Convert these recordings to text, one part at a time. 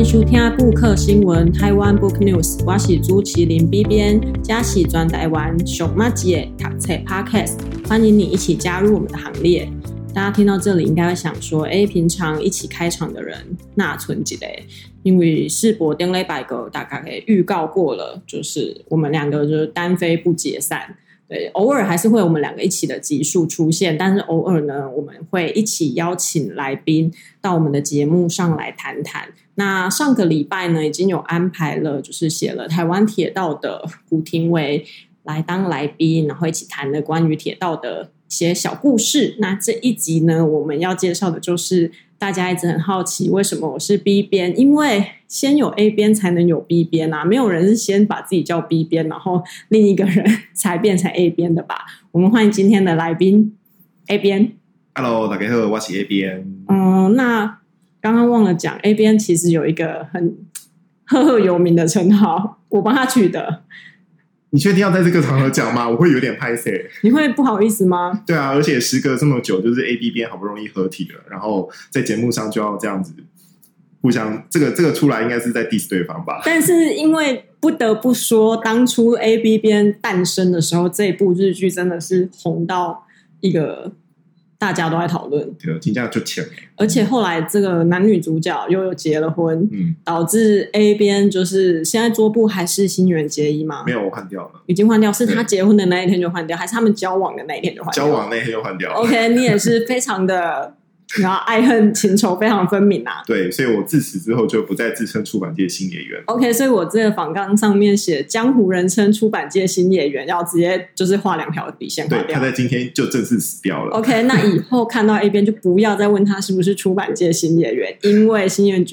收听布克新闻台湾 Book News， 我是主持人 B 编，这是全台湾上马级的读册 Podcast， 欢迎你一起加入我们的行列。大家听到这里应该会想说，平常一起开场的人那存几类？因为世博顶礼拜个大概给预告过了，就是我们两个就是单飞不解散。对，偶尔还是会我们两个一起的集数出现，但是偶尔呢，我们会一起邀请来宾到我们的节目上来谈谈。那上个礼拜呢，已经有安排了，就是写了台湾铁道的古廷伟来当来宾，然后一起谈了关于铁道的一些小故事。那这一集呢，我们要介绍的就是大家一直很好奇为什么我是 B 编，因为先有 A 编才能有 B 编啊，没有人是先把自己叫 B 编，然后另一个人才变成 A 编的吧。我们欢迎今天的来宾 A 编。 Hello， 大家好，我是 A 编。 那刚刚忘了讲， A 编其实有一个很赫赫有名的称号，我帮他取的。 你确定要在这个场合讲吗？我会有点拍摄。 你会不好意思吗？ 对啊，而且时隔这么久，就是 A B 编好不容易合体了，然后在节目上就要这样子互相，这个出来应该是在 diss 对方吧。但是因为不得不说，当初 A B 编诞生的时候，这部日剧真的是红到一个大家都在讨论， 对，金价就强。 而且后来这个男女主角又结了婚，导致 A 编就是现在桌布还是新垣结衣吗？ 没有，我换掉了， 已经换掉，是他结婚的那一天就换掉，还是他们交往的那一天就换掉？ 交往那一天就换掉了。 OK， 你也是非常的。然后爱恨情仇非常分明啊。 对，所以我自此之后就不再自称出版界新演员。 OK， 所以我这个访纲上面写江湖人称出版界新演员，要直接就是画2条笔线划掉。 对，他在今天就正式死掉了。 OK， 那以后看到 A 编就不要再问他是不是出版界新演员，因为新垣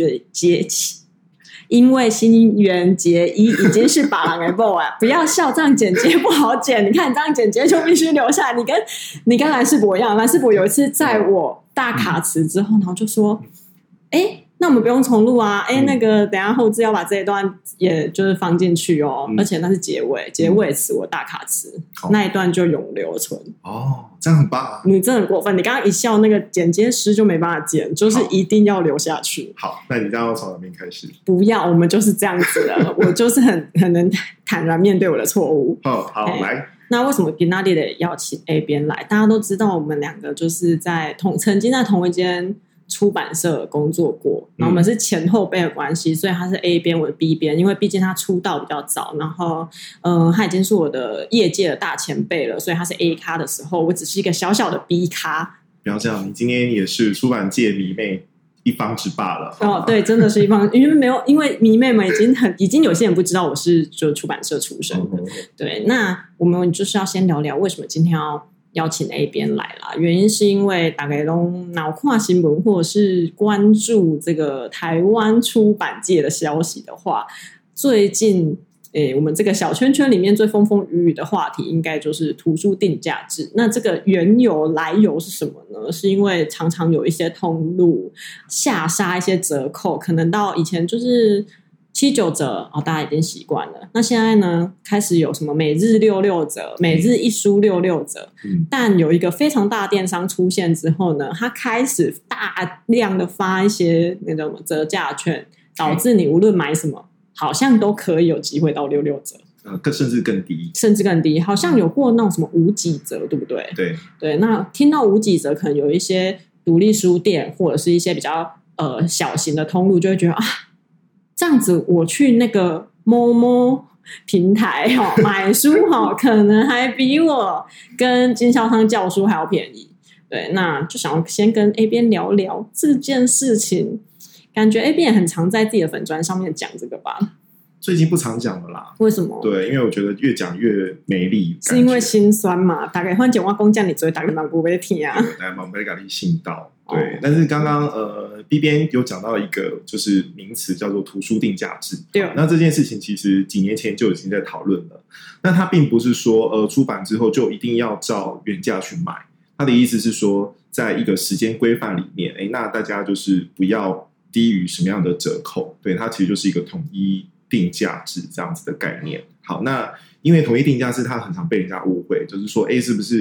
结衣已经是把郎的某啊！不要笑，这样剪接不好剪。你看这样剪接就必须留下来。你跟蓝世博一样，蓝世博有一次在我大卡词之后，然后就说：“那我们不用重录啊！那个等一下后置要把这一段也就是放进去哦，而且那是结尾词，我大卡词那一段就永留存。 哦，这样很棒啊！ 你真的很过分，你刚刚一笑，那个剪接师就没办法剪，就是一定要留下去。 好，那你这样要从哪边开始？ 不要，我们就是这样子的，我就是很能坦然面对我的错误。 好，来。 那为什么今天的邀请 A 编来？大家都知道，我们两个就是曾经在同一间出版社工作过，然后我们是前后辈的关系，所以他是 A 编，我的 B 编，因为毕竟他出道比较早，然后他已经是我的业界的大前辈了，所以他是 A 咖的时候，我只是一个小小的 B 咖。 不要这样，你今天也是出版界迷妹一方之霸了。 对，真的是一方，因为迷妹们已经有些人不知道我是就出版社出身的。对，那我们就是要先聊聊为什么今天要邀请 A 编来啦。原因是因为大家都脑看新闻或者是关注这个台湾出版界的消息的话，最近我们这个小圈圈里面最风风雨雨的话题应该就是图书定价制。那这个缘由来由是什么呢？是因为常常有一些通路下杀一些折扣，可能到以前就是7-9折大家已经习惯了。那现在呢，开始有什么每日66折，每日一书66折。但有一个非常大的电商出现之后呢，它开始大量的发一些那种折价券，导致你无论买什么好像都可以有机会到66折， 甚至更低， 好像有过那种什么无几折，对不对？ 对， 那听到无几折，可能有一些独立书店或者是一些比较小型的通路就会觉得这样子我去那个某某平台买书可能还比我跟经销商叫书还要便宜。对，那就想要先跟 A 编聊聊这件事情。感觉 A 编也很常在自己的粉专上面讲这个吧？ 最近不常讲了啦。 为什么？ 对，因为我觉得越讲越没力， 是因为心酸嘛？大概换讲话公讲你最大概蛮不会听啊， 大概蛮不会感信到。对，但是刚刚B 编有讲到一个就是名词叫做图书定价制。 对， 那这件事情其实几年前就已经在讨论了。那它并不是说出版之后就一定要照原价去买，它的意思是说，在一个时间规范里面，那大家就是不要低于什么样的折扣。对，它其实就是一个统一定价制这样子的概念。好，那因为统一定价制它很常被人家误会，就是说是不是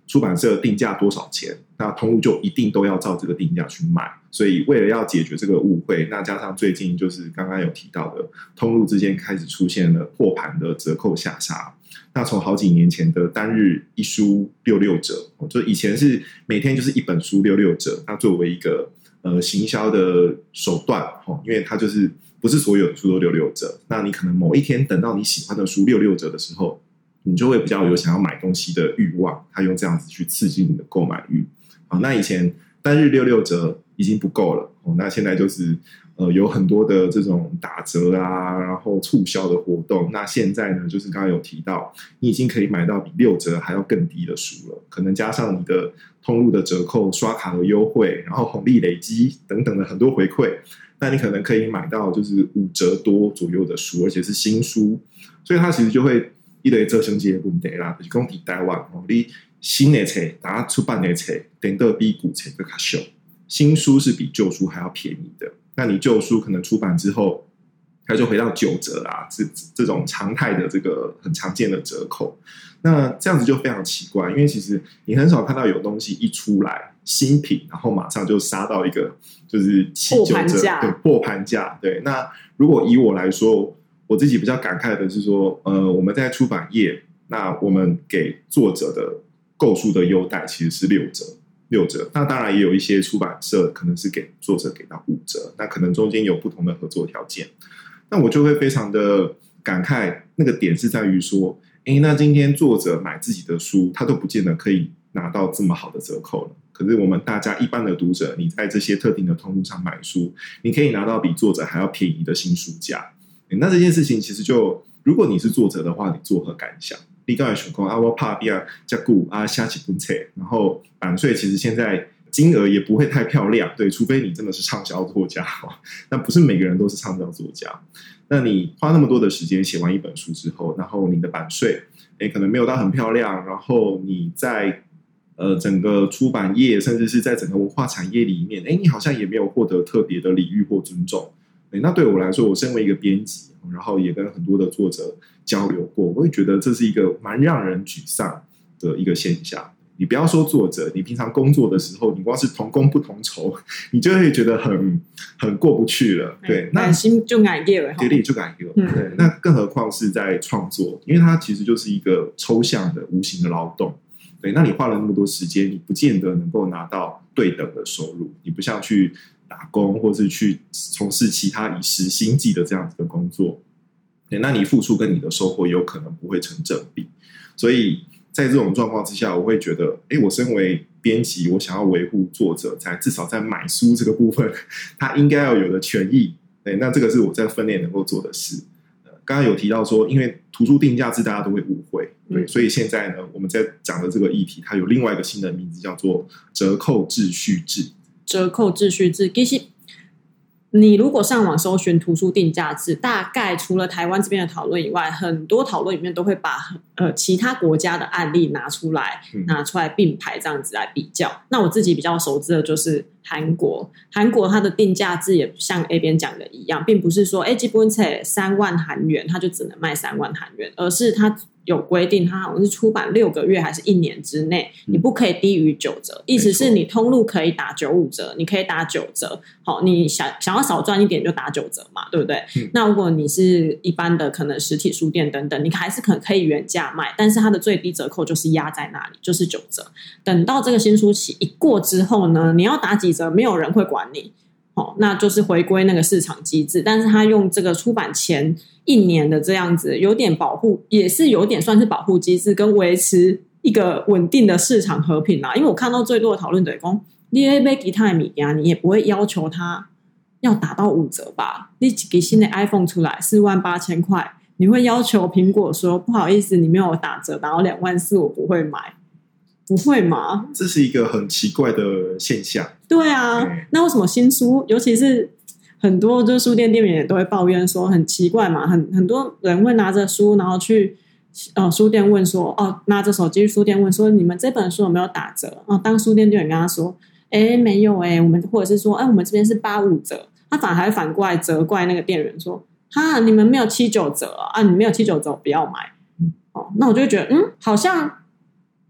出版社定价多少钱，那通路就一定都要照这个定价去卖。所以为了要解决这个误会，那加上最近就是刚刚有提到的，通路之间开始出现了破盘的折扣下杀。那从好几年前的单日一书66折，就以前是每天就是一本书66折，那作为一个行销的手段，因为它就是不是所有的书都66折，那你可能某一天等到你喜欢的书66折的时候，你就会比较有想要买东西的欲望，他用这样子去刺激你的购买欲。好，那以前单日66折已经不够了，那现在就是有很多的这种打折啊，然后促销的活动。那现在呢，就是刚刚有提到，你已经可以买到比6折还要更低的书了，可能加上你的通路的折扣、刷卡的优惠，然后红利累积等等的很多回馈，那你可能可以买到就是5折多左右的书，而且是新书。所以它其实就会一类造成一个问题啦，就是说在台湾你新的册大家出版的册等到比古册更较俗，新书是比旧书还要便宜的。那你旧书可能出版之后，它就回到9折啦，这种常态的这个很常见的折扣。那这样子就非常奇怪，因为其实你很少看到有东西一出来新品，然后马上就杀到一个就是7、9折，对，破盘价。对，那如果以我来说，我自己比较感慨的是说，我们在出版业，那我们给作者的购书的优待其实是6折，那当然也有一些出版社可能是给作者给到5折，那可能中间有不同的合作条件。那我就会非常的感慨，那个点是在于说，那今天作者买自己的书，他都不见得可以拿到这么好的折扣了。可是我们大家一般的读者，你在这些特定的通路上买书，你可以拿到比作者还要便宜的新书价。那这件事情其实就，如果你是作者的话，你作何感想？你刚才想说我怕比较加固下几本册，然后版税其实现在金额也不会太漂亮，对，除非你真的是畅销作家，那不是每个人都是畅销作家。那你花那么多的时间写完一本书之后，然后你的版税可能没有到很漂亮，然后你在整个出版业甚至是在整个文化产业里面，你好像也没有获得特别的礼遇或尊重。那对我来说，我身为一个编辑，然后也跟很多的作者交流过，我会觉得这是一个蛮让人沮丧的一个现象。你不要说作者，你平常工作的时候，你光是同工不同酬，你就会觉得很过不去了。对，那心就改掉了， 对，就改掉。对，那更何况是在创作，因为它其实就是一个抽象的、无形的劳动。对，那你花了那么多时间，你不见得能够拿到对等的收入。你不像去打工，或是去从事其他以时薪计的这样子的工作，对，那你付出跟你的收获有可能不会成正比。所以在这种状况之下，我会觉得，我身为编辑，我想要维护作者至少在买书这个部分，他应该要有的权益。对，那这个是我在分内能够做的事。刚刚有提到说，因为图书定价制大家都会误会，对，所以现在呢，我们在讲的这个议题，它有另外一个新的名字，叫做折扣秩序制。 折扣秩序制，其实你如果上网搜寻图书定价制，大概除了台湾这边的讨论以外，很多讨论里面都会把其他国家的案例拿出来并排这样子来比较。那我自己比较熟知的就是韩国它的定价制也像 A 边讲的一样，并不是说基本册3万韩元它就只能卖3万韩元，而是它有规定，它好像是出版6个月还是1年之内，你不可以低于9折，意思是你通路可以打95折，你可以打9折，好，你想要少赚一点就打9折嘛，对不对？那如果你是一般的可能实体书店等等，你还是可以原价卖，但是它的最低折扣就是压在那里，就是9折。等到这个新书期一过之后呢，你要打几折没有人会管你，那就是回归那个市场机制，但是他用这个出版前1年的这样子有点保护，也是有点算是保护机制跟维持一个稳定的市场和平啦。因为我看到最多的讨论就是说，你要买其他的物件，你也不会要求他要打到5折吧？你一个新的 iPhone 出来48000块，你会要求苹果说不好意思，你没有打折打到24000，我不会买。不会吗？ 这是一个很奇怪的现象。 对啊，那为什么新书，尤其是很多就是书店店员也都会抱怨说很奇怪嘛，很多人会拿着书然后去书店问说，拿着手机去书店问说你们这本书有没有打折？当书店店员跟他说没有我们或者是说我们这边是85折，他还反过来责怪那个店员说你们没有79折你没有79折我不要买。那我就会觉得好像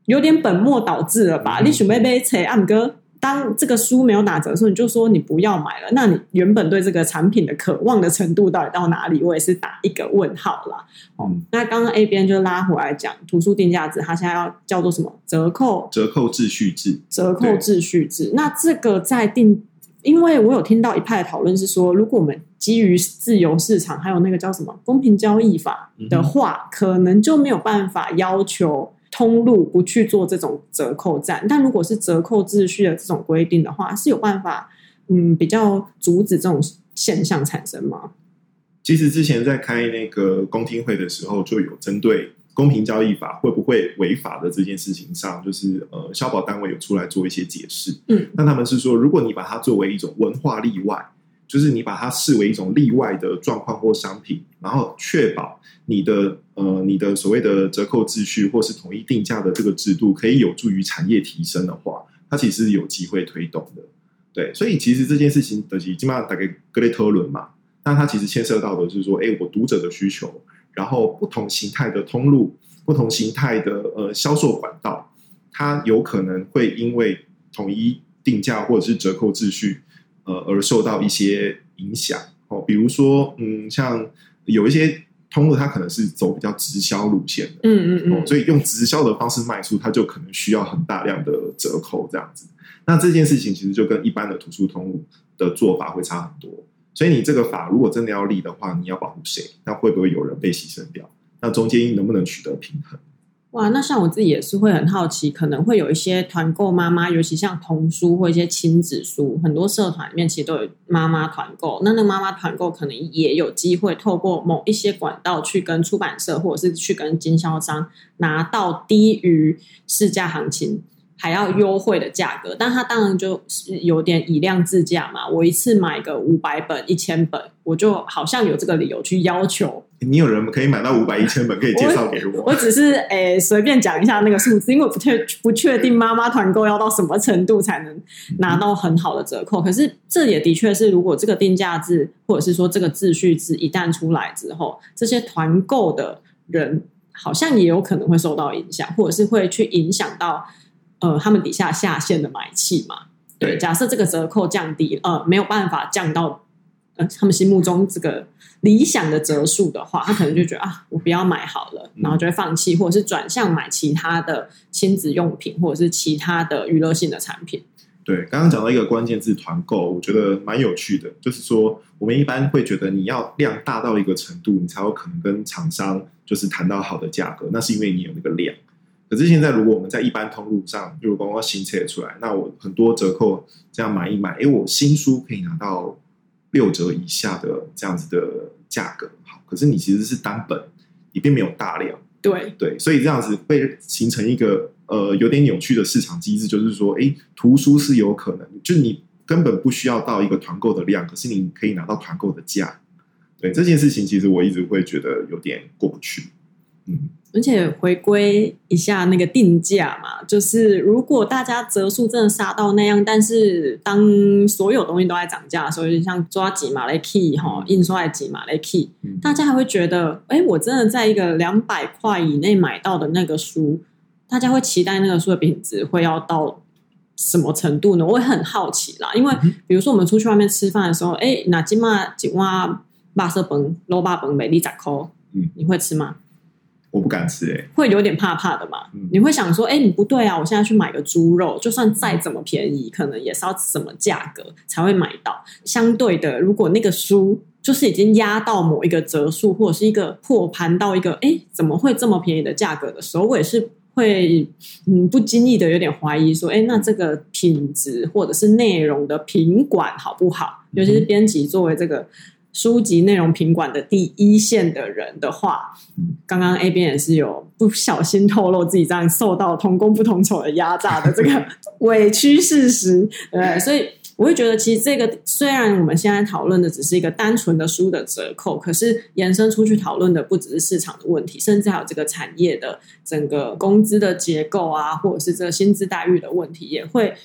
有点本末倒置了吧？你准备买册啊，哥，当这个书没有打折的时候，你就说你不要买了，那你原本对这个产品的渴望的程度到底到哪里？我也是打一个问号啦。那刚刚 A 边就拉回来讲图书定价制，它现在要叫做什么？折扣秩序制。 折扣秩序制。那这个在因为我有听到一派的讨论是说，如果我们基于自由市场还有那个叫什么公平交易法的话，可能就没有办法要求通路不去做这种折扣战。但如果是折扣秩序的这种规定的话，是有办法比较阻止这种现象产生吗？ 其实之前在开那个公听会的时候，就有针对公平交易法会不会违法的这件事情上，就是消保单位有出来做一些解释。那他们是说，如果你把它作为一种文化例外，就是你把它视为一种例外的状况或商品，然后确保你的所谓的折扣秩序或是统一定价的这个制度可以有助于产业提升的话，它其实是有机会推动的。对，所以其实这件事情的基本上大概各类讨论嘛，那它其实牵涉到的是说，我读者的需求，然后不同形态的通路，不同形态的销售管道，它有可能会因为统一定价或者是折扣秩序而受到一些影响。比如说像有一些通路它可能是走比较直销路线的，所以用直销的方式卖出，它就可能需要很大量的折扣这样子。那这件事情其实就跟一般的图书通路的做法会差很多。所以你这个法如果真的要立的话，你要保护谁？那会不会有人被牺牲掉？那中间能不能取得平衡？ 哇，那像我自己也是会很好奇，可能会有一些团购妈妈，尤其像童书或一些亲子书，很多社团里面其实都有妈妈团购。那妈妈团购可能也有机会透过某一些管道去跟出版社或者是去跟经销商拿到低于市价行情还要优惠的价格，但它当然就是有点以量制价嘛。我一次买个500本、1000本，我就好像有这个理由去要求。 你有人可以买到500、1000本，可以介绍给我？ 我只是随便讲一下那个数字，因为我不确定妈妈团购要到什么程度才能拿到很好的折扣。可是这也的确是，如果这个定价制或者是说这个秩序制一旦出来之后，这些团购的人好像也有可能会受到影响，或者是会去影响到他们底下下线的买气嘛。对，假设这个折扣降低，没有办法降到他们心目中这个理想的折数的话，他可能就觉得我不要买好了，然后就会放弃，或者是转向买其他的亲子用品，或者是其他的娱乐性的产品。 对，刚刚讲到一个关键字团购，我觉得蛮有趣的，就是说我们一般会觉得你要量大到一个程度，你才有可能跟厂商就是谈到好的价格，那是因为你有那个量。可是现在如果我们在一般通路上，如果刚刚新车出来，那我很多折扣这样买一买，我新书可以拿到6折以下的这样子的价格，好，可是你其实是单本，你并没有大量。对，所以这样子会形成一个有点扭曲的市场机制，就是说图书是有可能就是你根本不需要到一个团购的量，可是你可以拿到团购的价。对，这件事情其实我一直会觉得有点过不去。 而且回归一下那个定价嘛，就是如果大家折数真的杀到那样，但是当所有东西都在涨价的时候，就像抓几码来 key 印刷来几码来 key，大家还会觉得我真的在一个200块以内买到的那个书，大家会期待那个书的品质会要到什么程度呢？我会很好奇啦，因为比如说我们出去外面吃饭的时候，那今嘛一碗肉色饭、肉霸饭每20块，你会吃吗？ 我不敢吃会有点怕怕的嘛。你会想说你不对啊，我现在去买个猪肉，就算再怎么便宜，可能也是要什么价格才会买到。相对的，如果那个书就是已经压到某一个折数，或者是一个破盘到一个怎么会这么便宜的价格的时候，我也是会不经意的有点怀疑说那这个品质或者是内容的品管好不好？尤其是编辑作为这个书籍内容品管的第一线的人的话，刚刚 A 边也是有不小心透露自己这样受到同工不同酬的压榨的这个委屈事实。对，所以我会觉得其实这个虽然我们现在讨论的只是一个单纯的书的折扣，可是延伸出去讨论的不只是市场的问题，甚至还有这个产业的整个工资的结构啊，或者是这个薪资待遇的问题，也会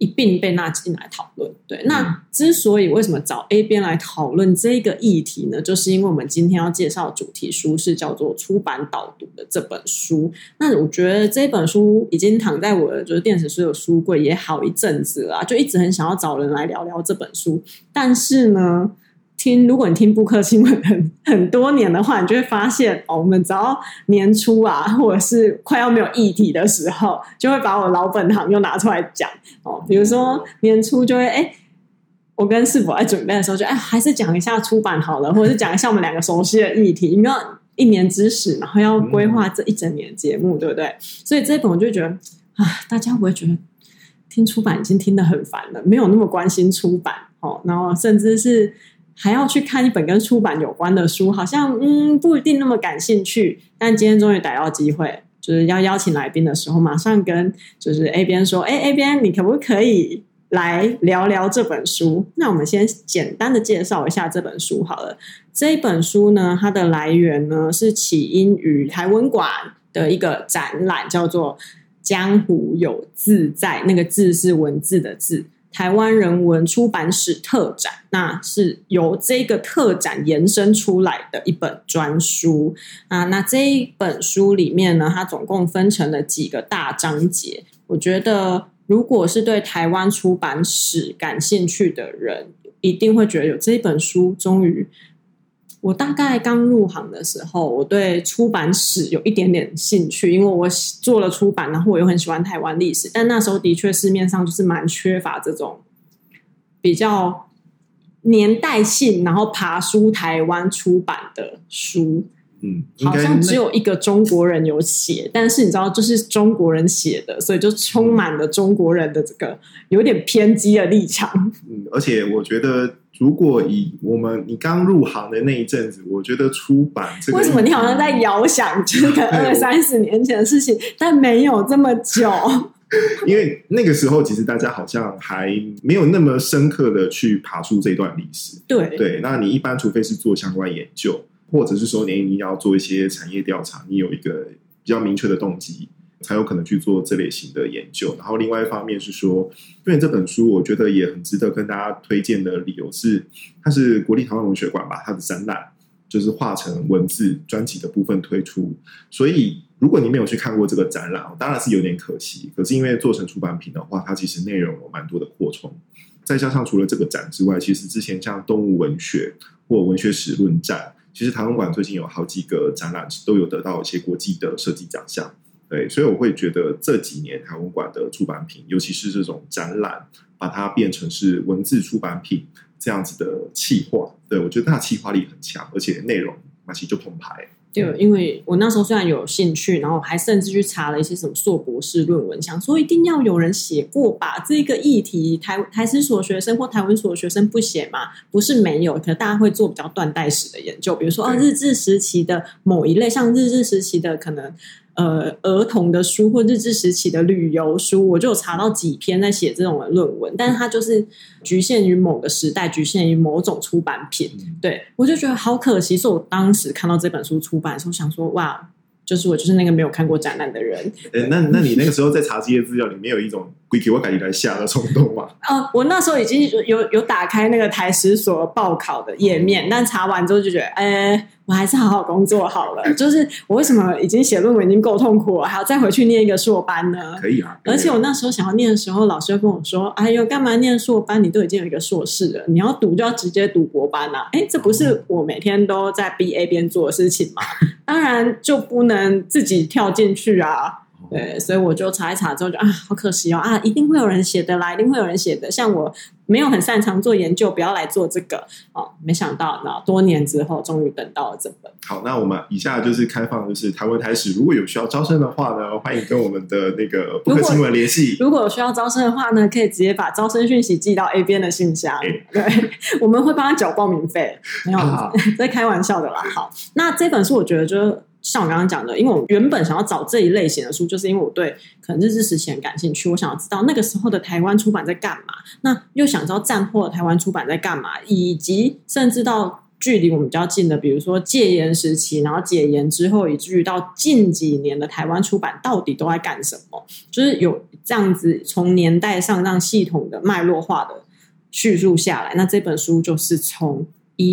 一并被纳进来讨论。对，那之所以为什么找 A 边来讨论这个议题呢，就是因为我们今天要介绍的主题书是叫做出版导读的这本书。那我觉得这本书已经躺在我的就是电子书的书柜也好一阵子了，就一直很想要找人来聊聊这本书。但是呢，如果你听布克新闻很多年的话，你就会发现我们只要年初啊，或者是快要没有议题的时候，就会把我老本行又拿出来讲比如说年初就会我跟世博在准备的时候就还是讲一下出版好了，或者是讲一下我们两个熟悉的议题，因为要一年之始，然后要规划这一整年的节目，对不对？所以这一本我就觉得大家会不会觉得听出版已经听得很烦了，没有那么关心出版然后甚至是还要去看一本跟出版有关的书，好像不一定那么感兴趣。但今天终于逮到机会，就是要邀请来宾的时候，马上跟就是 A 边说，A 边你可不可以来聊聊这本书？那我们先简单的介绍一下这本书好了。这一本书呢，它的来源呢是起因于台文馆的一个展览，叫做江湖有字在，那个字是文字的字，台湾人文出版史特展，那是由这个特展延伸出来的一本专书那这一本书里面呢，它总共分成了几个大章节。我觉得如果是对台湾出版史感兴趣的人，一定会觉得有这一本书终于，我大概刚入行的时候，我对出版史有一点点兴趣，因为我做了出版，然后我又很喜欢台湾历史，但那时候的确市面上就是蛮缺乏这种比较年代性然后爬书台湾出版的书。好像只有一个中国人有写，但是你知道就是中国人写的，所以就充满了中国人的这个有点偏激的立场。 而且我觉得如果以你刚入行的那一阵子，我觉得出版这个， 为什么你好像在遥想这个20-30年前的事情，但没有这么久。 因为那个时候其实大家好像还没有那么深刻的去爬出这段历史。对，那你一般除非是做相关研究，或者是说你要做一些产业调查，你有一个比较明确的动机，才有可能去做这类型的研究。然后另外一方面是说，因为这本书我觉得也很值得跟大家推荐的理由是，它是国立台湾文学馆把它的展览就是画成文字专辑的部分推出，所以如果你没有去看过这个展览，当然是有点可惜。可是因为做成出版品的话，它其实内容有蛮多的扩充，再加上除了这个展之外，其实之前像动物文学或文学史论战，其实台湾馆最近有好几个展览都有得到一些国际的设计奖项。对，所以我会觉得这几年台湾馆的出版品，尤其是这种展览，把它变成是文字出版品这样子的企划，对，我觉得它的企划力很强，而且内容马上就澎湃。 对，因为我那时候虽然有兴趣，然后还甚至去查了一些什么硕博士论文，想说一定要有人写过吧，这个议题台史所学生或台文所学生不写嘛？不是没有，可能大家会做比较断代史的研究，比如说日治时期的某一类，像日治时期的可能儿童的书或日治时期的旅游书，我就有查到几篇在写这种的论文，但是它就是局限于某个时代，局限于某种出版品。对，我就觉得好可惜。所以我当时看到这本书出版的时候想说，哇，就是我就是那个没有看过展览的人。 那你那个时候在查这些资料里面有一种鬼给我赶紧来下的冲动吗？ 我那时候已经有打开那个台史所报考的页面，但查完之后就觉得我还是好好工作好了。就是我为什么已经写论文已经够痛苦了，还要再回去念一个硕班呢？ 可以啊。 而且我那时候想要念的时候，老师就跟我说，哎呦，干嘛念硕班？你都已经有一个硕士了，你要读就要直接读国班啊。这不是我每天都在 BA 边做的事情吗？当然就不能自己跳进去啊。对，所以我就查一查之后就好可惜哦一定会有人写的啦，一定会有人写的。像我没有很擅长做研究，不要来做这个没想到多年之后终于等到了这本。 好，那我们以下就是开放，就是台文台史，如果有需要招生的话呢，欢迎跟我们的那个布克新闻联系。 如果有需要招生的话呢，可以直接把招生讯息寄到 A 边的信箱。对，我们会帮他缴报名费，没有在开玩笑的啦。好，那这本书我觉得就是像我刚刚讲的，因为我原本想要找这一类型的书，就是因为我对可能日治时期很感兴趣，我想要知道那个时候的台湾出版在干嘛，那又想知道战后的台湾出版在干嘛，以及甚至到距离我们比较近的，比如说戒严时期，然后解严之后，以至于到近几年的台湾出版到底都在干什么，就是有这样子从年代上让系统的脉络化的叙述下来，那这本书就是从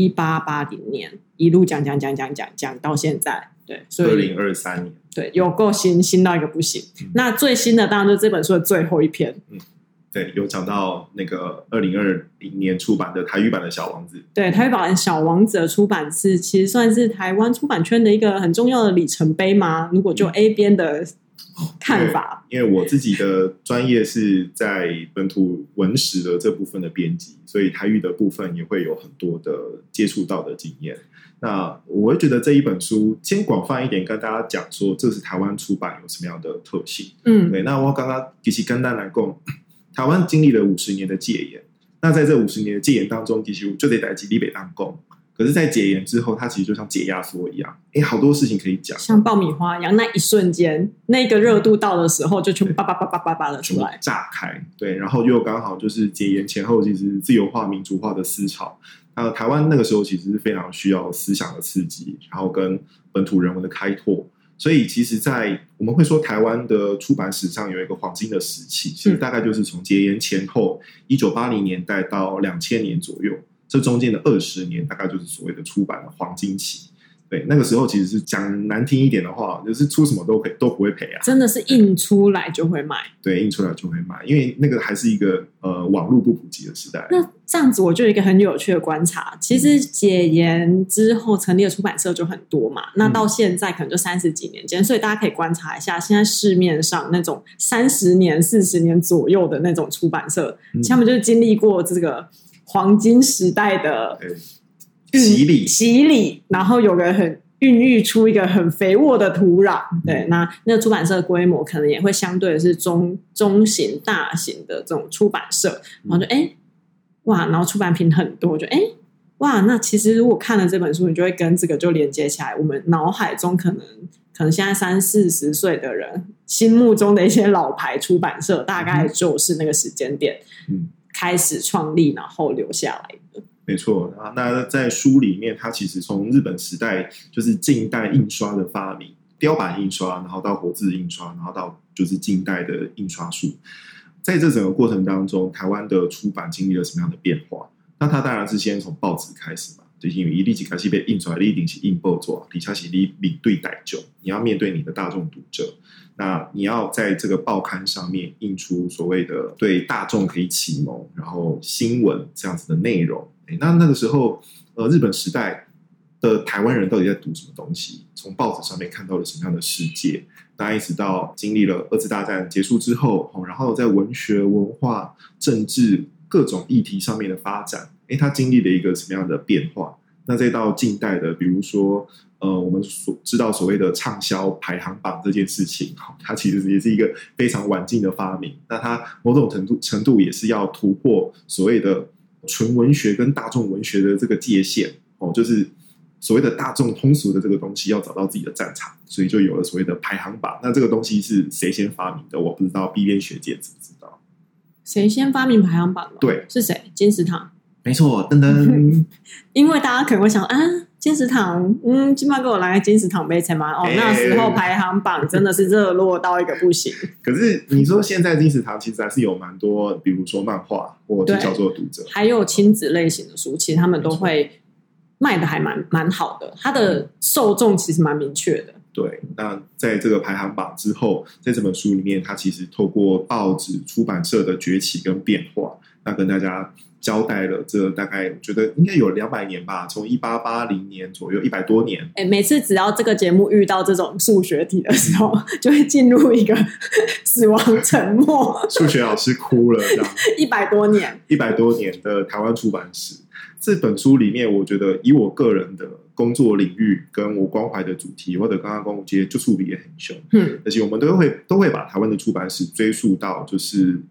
1880年一路讲到现在，对，所以 2023年， 对，有够新到一个不行。那最新的当然就是这本书的最后一篇， 对，有讲到那个2020年出版的台语版的小王子。 对，台语版小王子的出版是其实算是台湾出版圈的一个很重要的里程碑吗？如果就 A 边的看法， 因为我自己的专业是在本土文史的这部分的编辑，所以台语的部分也会有很多的接触到的经验。那我会觉得这一本书先广泛一点跟大家讲说，这是台湾出版有什么样的特性。对，那我刚刚其实跟大家讲，台湾经历了50年的戒严，那在这50年的戒严当中，其实就得在基地北当工。可是，在解严之后，它其实就像解压缩一样，好多事情可以讲， 像爆米花一样，那一瞬间，那个热度到的时候，就全部叭叭叭叭叭叭的出来， 炸开。对，然后又刚好就是解严前后，其实自由化、民主化的思潮，台湾那个时候其实是非常需要思想的刺激，然后跟本土人文的开拓。所以，其实在我们会说，台湾的出版史上有一个黄金的时期，其实大概就是从解严前后1980年代到2000年左右。这中间的20年大概就是所谓的出版的黄金期。对，那个时候其实是讲难听一点的话，就是出什么都不会赔啊， 真的是印出来就会卖。 对，印出来就会卖，因为那个还是一个网络不普及的时代。 那这样子我就有一个很有趣的观察，其实解严之后成立的出版社就很多嘛，那到现在可能就30几年间，所以大家可以观察一下，现在市面上那种30年、40年左右的那种出版社，他们就是经历过这个黄金时代的洗礼，然后有个很孕育出一个很肥沃的土壤。对，那个出版社的规模可能也会相对的是中型、大型的这种出版社，然后就哇，然后出版品很多，就哇，那其实如果看了这本书，你就会跟这个就连接起来，我们脑海中可能现在30-40岁的人心目中的一些老牌出版社，大概就是那个时间点开始创立，然后留下来的。 没错，那在书里面，它其实从日本时代就是近代印刷的发明，雕版印刷，然后到活字印刷，然后到就是近代的印刷术，在这整个过程当中，台湾的出版经历了什么样的变化？那它当然是先从报纸开始嘛，就是因为一开始被印出来，你一定是印报纸，底下是你面对代就，你要面对你的大众读者。那你要在这个报刊上面印出所谓的对大众可以启蒙，然后新闻这样子的内容。那个时候，日本时代的台湾人到底在读什么东西？从报纸上面看到了什么样的世界？大家一直到经历了2次大战结束之后，然后在文学、文化、政治各种议题上面的发展，它经历了一个什么样的变化？那再到近代的，比如说我们知道所谓的畅销排行榜这件事情，它其实也是一个非常晚近的发明。那它某种程度也是要突破所谓的纯文学跟大众文学的这个界限，就是所谓的大众通俗的这个东西要找到自己的战场，所以就有了所谓的排行榜。那这个东西是谁先发明的？我不知道 B 边学界知不知道？ 谁先发明排行榜的？ 对， 是谁？金石堂。 没错，噔噔。 因为大家可能会想金石堂，今晚给我来个金石堂杯菜吗？那时候排行榜真的是热络到一个不行。 可是你说现在金石堂其实还是有蛮多，比如说漫画或者叫做读者， 还有亲子类型的书，其实他们都会卖的还蛮好的，它的受众其实蛮明确的。 对，那在这个排行榜之后，在这本书里面，它其实透过报纸出版社的崛起跟变化，那跟大家交代了这大概我觉得应该有200年吧，从1880年左右100多年。 每次只要这个节目遇到这种数学题的时候，就会进入一个死亡沉默， 数学老师哭了，这样 100多年的台湾出版史。这本书里面，我觉得以我个人的工作领域跟我关怀的主题，或者刚刚跟我接就处理也很凶，而且我们都会把台湾的出版史追溯到就是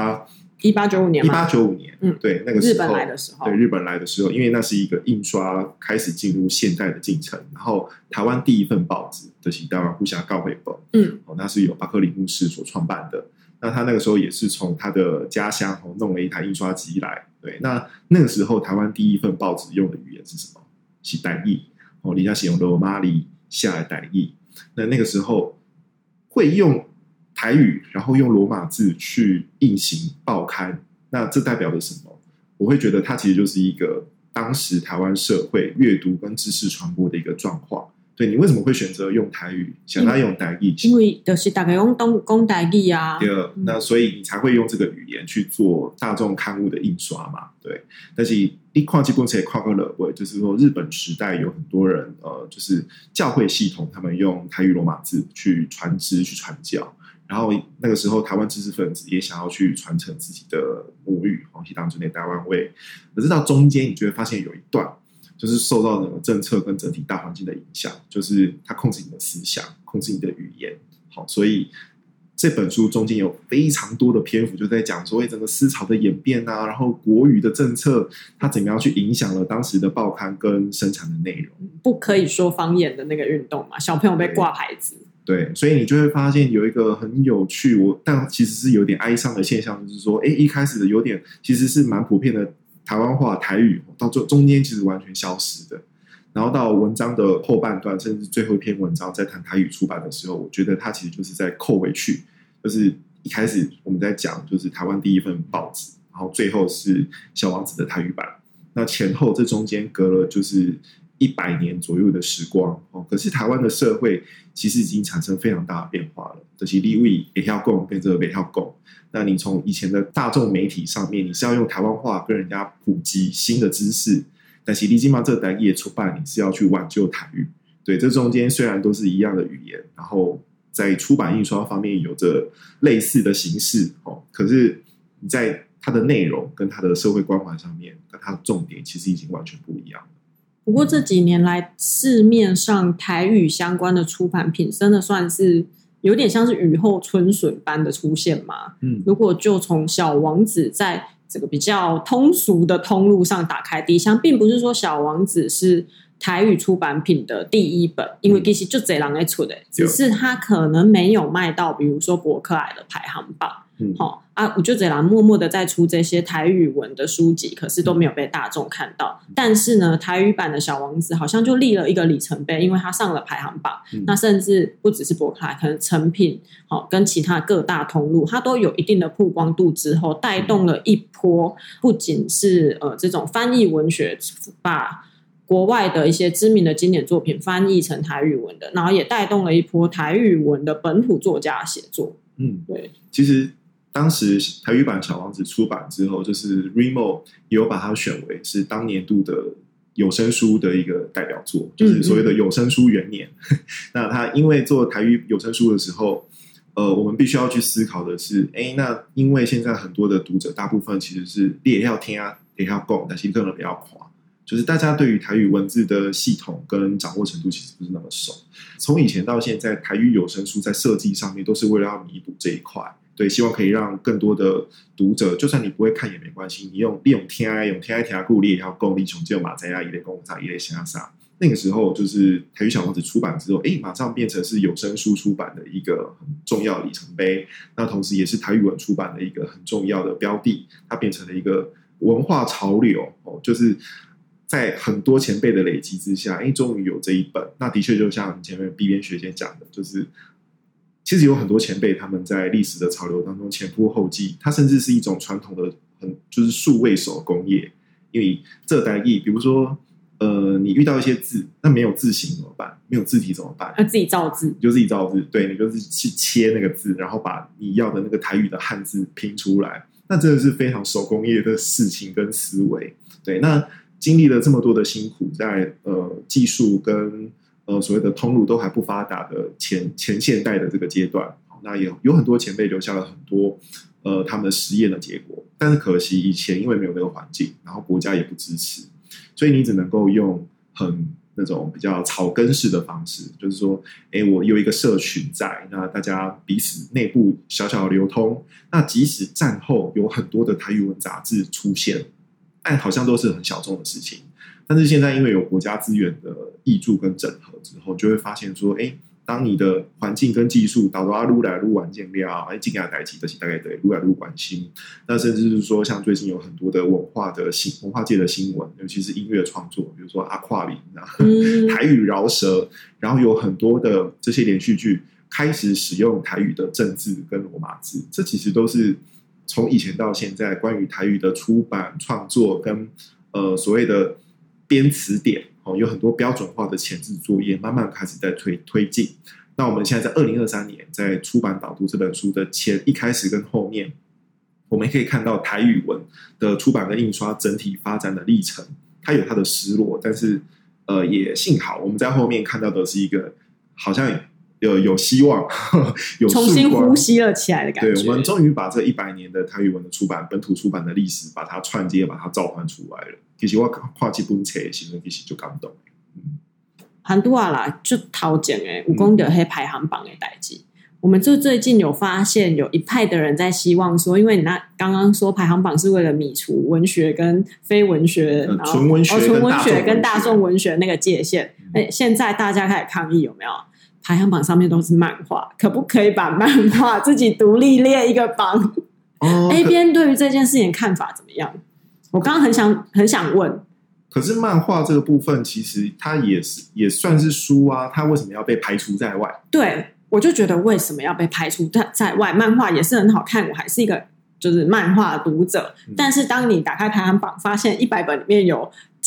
1895年 ，1895年，对，那个时候日本来的时候， 对，日本来的时候，因为那是一个印刷开始进入现代的进程，然后台湾第一份报纸就是台湾户辖告会报，那是由巴克里牧师所创办的。那他那个时候也是从他的家乡弄了一台印刷机来，对，那个时候台湾第一份报纸用的语言是什么？是台语，人家是用罗马里下来台语。那个时候会用台语，然后用罗马字去印行报刊，那这代表着什么？我会觉得它其实就是一个当时台湾社会阅读跟知识传播的一个状况。对，你为什么会选择用台语，想要用台语？ 因为就是大家用讲台语啊。 对，那所以你才会用这个语言去做大众刊物的印刷嘛。对，但是你看这本书也看过了，就是说日本时代有很多人就是教会系统，他们用台语罗马字去传知去传教。然后那个时候，台湾知识分子也想要去传承自己的母语，去当之内台湾味。可是到中间，你就会发现有一段，就是受到整个政策跟整体大环境的影响，就是它控制你的思想，控制你的语言。好，所以这本书中间有非常多的篇幅，就在讲说整个思潮的演变啊，然后国语的政策它怎么样去影响了当时的报刊跟生产的内容。不可以说方言的那个运动嘛，小朋友被挂牌子。 对，所以你就会发现有一个很有趣，但其实是有点哀伤的现象，就是说，一开始的有点其实是蛮普遍的台湾话台语，到中间其实完全消失的。然后到文章的后半段，甚至最后一篇文章在谈台语出版的时候，我觉得它其实就是在扣回去，就是一开始我们在讲就是台湾第一份报纸，然后最后是小王子的台语版，那前后这中间隔了就是100年左右的时光。可是台湾的社会其实已经产生非常大的变化了，就是你位会晓讲变成不晓讲。那你从以前的大众媒体上面，你是要用台湾话跟人家普及新的知识，但是你今嘛这台语出版，你是要去挽救台语。对，这中间虽然都是一样的语言，然后在出版印刷方面有着类似的形式，可是你在它的内容跟它的社会关怀上面，跟它的重点其实已经完全不一样了。 不过这几年来，市面上台语相关的出版品真的算是有点像是雨后春笋般的出现嘛。如果就从小王子在这个比较通俗的通路上打开第一枪，并不是说小王子是台语出版品的第一本，因为其实就这人在出的，只是他可能没有卖到比如说博客来的排行榜。我就这样默默的在出这些台语文的书籍，可是都没有被大众看到。但是呢，台语版的小王子好像就立了一个里程碑，因为他上了排行榜。那甚至不只是博客来，可能成品跟其他各大通路，它都有一定的曝光度之后，带动了一波，不仅是这种翻译文学，把国外的一些知名的经典作品翻译成台语文的，然后也带动了一波台语文的本土作家写作。对， 其实当时台语版小王子出版之后，就是 Remo 也有把它选为是当年度的有声书的一个代表作，就是所谓的有声书元年。那他因为做台语有声书的时候，我们必须要去思考的是，那因为现在很多的读者大部分其实是你也要听啊，也要讲，但是可能比较垮，就是大家对于台语文字的系统跟掌握程度其实不是那么熟。从以前到现在，台语有声书在设计上面都是为了要弥补这一块。对，希望可以让更多的读者，就算你不会看也没关系，你用听故，你也要讲，你穷就马在亚一类公啥一类啥啥。那个时候就是台语小王子出版之后，马上变成是有声书出版的一个很重要的里程碑。那同时也是台语文出版的一个很重要的标的，它变成了一个文化潮流。就是在很多前辈的累积之下，终于有这一本。那的确就像前面 B 边学姐讲的，就是其实有很多前辈他们在历史的潮流当中前仆后继，它甚至是一种传统的就是数位手工业。因为这代意，比如说你遇到一些字，那没有字形怎么办？没有字体怎么办？ 自己造字， 你就自己造字。对，你就是去切那个字，然后把你要的那个台语的汉字拼出来。那真的是非常手工业的事情跟思维。对，那经历了这么多的辛苦，在技术跟所谓的通路都还不发达的前现代的这个阶段，那也有很多前辈留下了很多他们的实验的结果。但是可惜以前因为没有那个环境，然后国家也不支持，所以你只能够用很那种比较草根式的方式，就是说我有一个社群在，那大家彼此内部小小的流通。那即使战后有很多的台语文杂志出现，但好像都是很小众的事情。但是现在因为有国家资源的挹注跟整合之后，就会发现说，当你的环境跟技术导到愈来愈完建了，进来代际就是大概对愈来愈关心。那甚至是说，像最近有很多的文化界的新闻，尤其是音乐创作，比如说阿跨林台语饶舌，然后有很多的这些连续剧开始使用台语的正字跟罗马字，这其实都是从以前到现在关于台语的出版创作跟所谓的编词典有很多标准化的前置作业慢慢开始在推进。那我们现在在2023年在出版导读这本书的一开始跟后面，我们可以看到台语文的出版跟印刷整体发展的历程，它有它的失落，但是也幸好我们在后面看到的是一个好像有希望有重新呼吸了起来的感觉。 对，我们终于把这100年的台语文的出版本土出版的历史把它串接把它召唤出来了。其实我看这本册的时候其实就感动。 很多啦就头前有讲到那排行榜的事情，我们就最近有发现有一派的人在希望说，因为你刚刚说排行榜是为了米除文学跟非文学，然后纯文学跟大众文学那个界限，现在大家开始抗议有没有？排行榜上面都是漫画，可不可以把漫画自己独立列一个榜？A 边对于这件事情看法怎么样？我刚刚很想问。 可是漫画这个部分其实它也算是书啊，它为什么要被排除在外？ 对，我就觉得为什么要被排除在外？漫画也是很好看，我还是一个就是漫画读者，但是当你打开排行榜发现100本里面有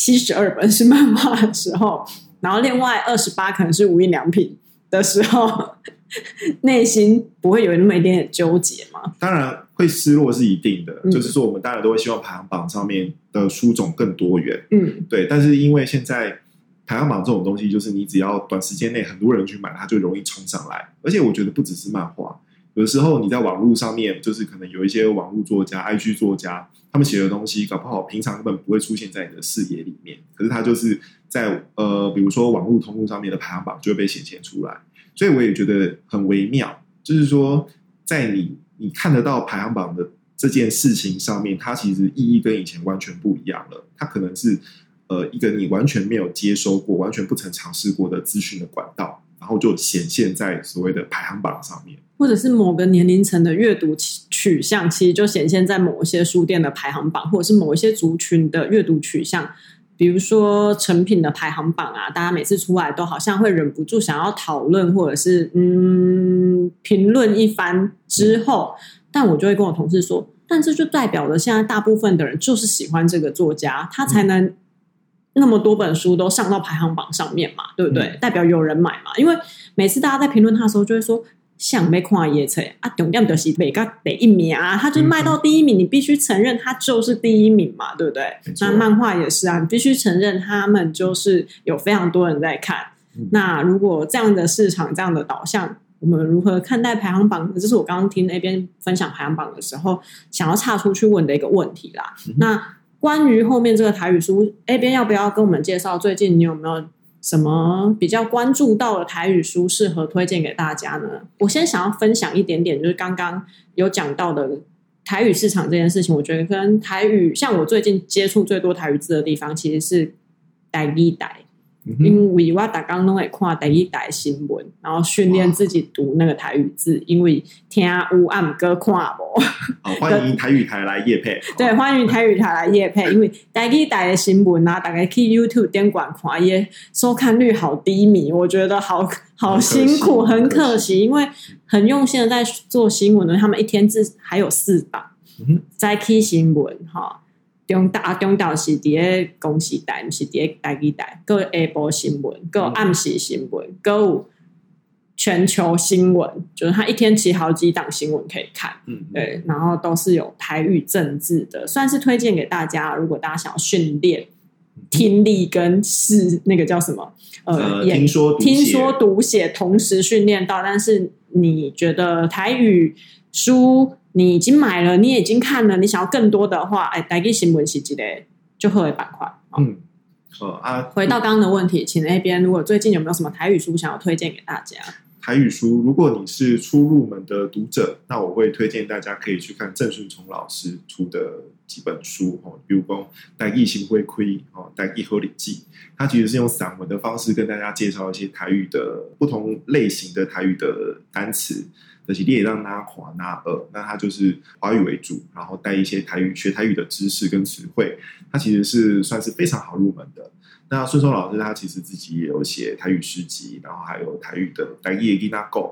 72本是漫画的时候，然后另外28可能是无印良品的时候，内心不会有那么一点点纠结吗？ 当然会失落是一定的，就是说我们当然都会希望排行榜上面的书种更多元，对。但是因为现在排行榜这种东西，就是你只要短时间内很多人去买，它就容易冲上来。而且我觉得不只是漫画，有的时候你在网络上面，就是可能有一些网络作家、IG 作家，他们写的东西搞不好平常根本不会出现在你的视野里面，可是它就是在比如说网络通路上面的排行榜就会被显现出来。所以我也觉得很微妙，就是说在你看得到排行榜的这件事情上面，它其实意义跟以前完全不一样了。它可能是一个你完全没有接收过、完全不曾尝试过的资讯的管道，然后就显现在所谓的排行榜上面， 或者是某个年龄层的阅读取向，其实就显现在某一些书店的排行榜，或者是某一些族群的阅读取向。比如说成品的排行榜啊，大家每次出来都好像会忍不住想要讨论或者是评论一番之后，但我就会跟我同事说，但这就代表了现在大部分的人就是喜欢这个作家，他才能那么多本书都上到排行榜上面嘛，对不对？代表有人买嘛。因为每次大家在评论他的时候就会说，像没看叶册啊，重点就是每个第一名啊，他就卖到第一名，你必须承认他就是第一名嘛，对不对？那漫画也是啊，你必须承认他们就是有非常多人在看。那如果这样的市场这样的导向，我们如何看待排行榜？这是我刚刚听那边分享排行榜的时候想要岔出去问的一个问题啦。那关于后面这个台语书 A 边要不要跟我们介绍最近你有没有什么比较关注到的台语书适合推荐给大家呢？我先想要分享一点点，就是刚刚有讲到的台语市场这件事情，我觉得跟台语，像我最近接触最多台语字的地方，其实是台语台。因为我每天都会看台语台新闻，然后训练自己读那个台语字，因为听有啊不过看无。 欢迎台语台来业配。 对，欢迎台语台来业配，因为台语台的新闻啊，大家去 YouTube 点观看，也收看率好低迷，我觉得好辛苦，很可惜，因为很用心的在做新闻的，他们一天还有4档，再去新闻哈。中岛是伫咧公视台，不是伫咧台语台，还有下晡新闻，还有暗时新闻，还有全球新闻，就是他一天其实好几档新闻可以看，对，然后都是有台语政治的，算是推荐给大家。如果大家想要训练听力跟那个叫什么听说读写同时训练到，但是你觉得台语书你已经买了，你也已经看了，你想要更多的话，台语新闻是一个就好的板块。回到刚刚的问题，请那边如果最近有没有什么台语书想要推荐给大家？ 台语书，如果你是初入门的读者，那我会推荐大家可以去看郑顺聪老师出的几本书，比如说台语新会亏、台语合理记，他其实是用散文的方式跟大家介绍一些台语的不同类型的台语的单词，就是你也让拉华拉那它就是华语为主，然后带一些学台语的知识跟词汇，它其实是算是非常好入门的。那顺聪老师他其实自己也有写台语诗集，然后还有台语的台语的囡仔狗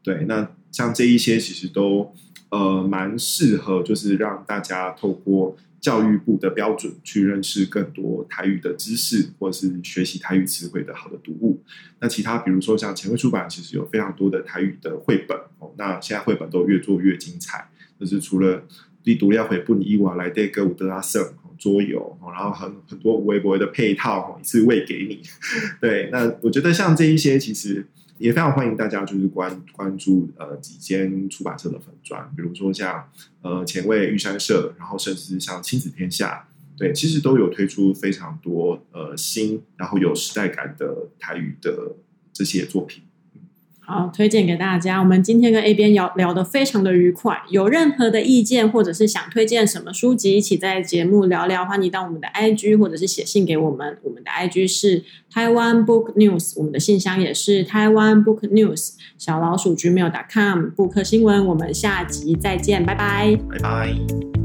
对，那像这一些其实都蛮适合，就是让大家透过教育部的标准去认识更多台语的知识，或者是学习台语词汇的好的读物。那其他比如说像前卫出版其实有非常多的台语的绘本那现在绘本都越做越精彩，就是除了你读了绘本以外，来这个有得啊胜桌游，然后很多微博的配套一次喂给你。对，那我觉得像这一些其实也非常欢迎大家就是关注几间出版社的粉专，比如说像前卫玉山社，然后甚至像亲子天下，对，其实都有推出非常多新然后有时代感的台语的这些作品。 好，推荐给大家。我们今天跟 A 编聊得非常的愉快，有任何的意见或者是想推荐什么书籍一起在节目聊聊，欢迎到我们的 IG 或者是写信给我们。我们的 IG 是台湾 Book News， 我们的信箱也是台湾 Book News @gmail.com 布克新闻。我们下集再见，拜拜， 拜拜。